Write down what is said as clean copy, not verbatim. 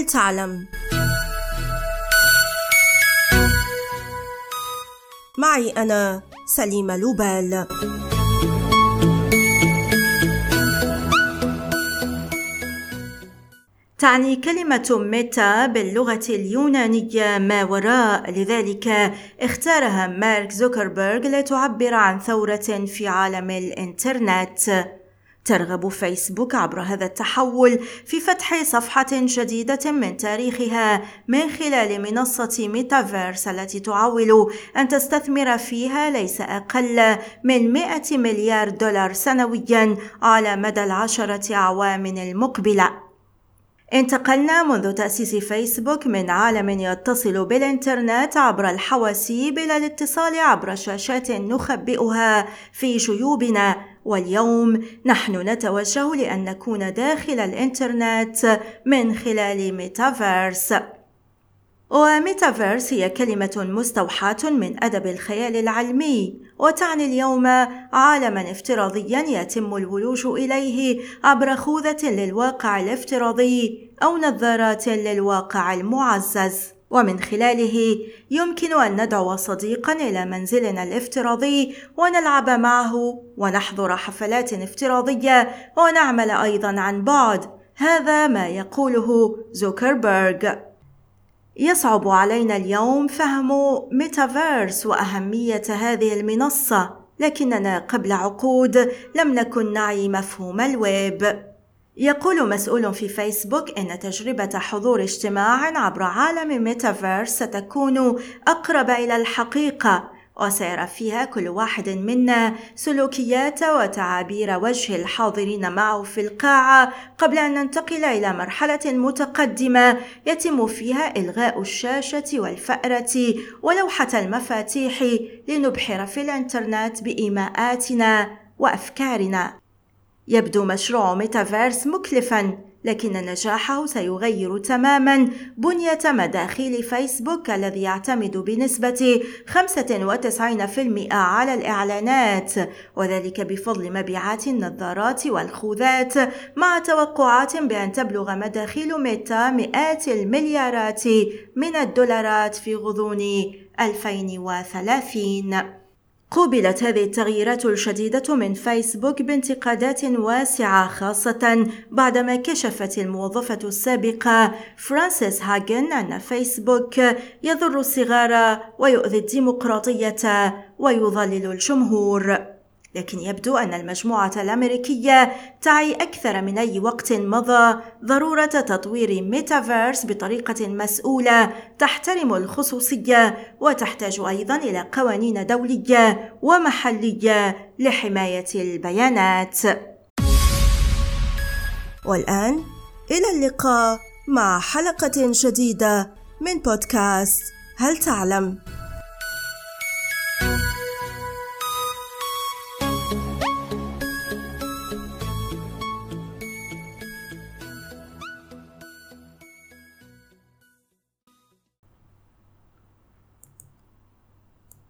هل تعلم؟ معي أنا سليمة لوبال. تعني كلمة ميتا باللغة اليونانية ما وراء، لذلك اختارها مارك زوكربيرغ لتعبر عن ثورة في عالم الإنترنت. ترغب فيسبوك عبر هذا التحول في فتح صفحة جديدة من تاريخها من خلال منصة ميتافيرس التي تعول أن تستثمر فيها ليس أقل من 100 مليار دولار سنويا على مدى 10 أعوام المقبلة. انتقلنا منذ تأسيس فيسبوك من عالم يتصل بالإنترنت عبر الحواسيب إلى الاتصال عبر شاشات نخبئها في جيوبنا، واليوم نحن نتوجه لأن نكون داخل الإنترنت من خلال ميتافيرس. وميتافيرس هي كلمة مستوحاة من أدب الخيال العلمي، وتعني اليوم عالماً افتراضياً يتم الولوج إليه عبر خوذة للواقع الافتراضي أو نظارات للواقع المعزز، ومن خلاله يمكن أن ندعو صديقاً إلى منزلنا الافتراضي ونلعب معه ونحضر حفلات افتراضية ونعمل أيضاً عن بعد. هذا ما يقوله زوكربيرغ. يصعب علينا اليوم فهم ميتافيرس وأهمية هذه المنصة، لكننا قبل عقود لم نكن نعي مفهوم الويب. يقول مسؤول في فيسبوك إن تجربة حضور اجتماع عبر عالم ميتافيرس ستكون أقرب إلى الحقيقة، وسيرى فيها كل واحد منا سلوكيات وتعابير وجه الحاضرين معه في القاعة، قبل أن ننتقل إلى مرحلة متقدمة يتم فيها إلغاء الشاشة والفأرة ولوحة المفاتيح لنبحر في الإنترنت بإيماءاتنا وأفكارنا. يبدو مشروع ميتافيرس مكلفاً، لكن نجاحه سيغير تماماً بنية مداخيل فيسبوك الذي يعتمد بنسبة 95% على الإعلانات، وذلك بفضل مبيعات النظارات والخوذات، مع توقعات بأن تبلغ مداخيل ميتا مئات المليارات من الدولارات في غضون 2030. قوبلت هذه التغييرات الشديدة من فيسبوك بانتقادات واسعة، خاصة بعدما كشفت الموظفة السابقة فرانسيس هاغن أن فيسبوك يضر الصغار ويؤذي الديمقراطية ويضلل الجمهور. لكن يبدو أن المجموعة الأمريكية تعي أكثر من أي وقت مضى ضرورة تطوير ميتافيرس بطريقة مسؤولة تحترم الخصوصية، وتحتاج أيضاً إلى قوانين دولية ومحلية لحماية البيانات. والآن إلى اللقاء مع حلقة جديدة من بودكاست هل تعلم؟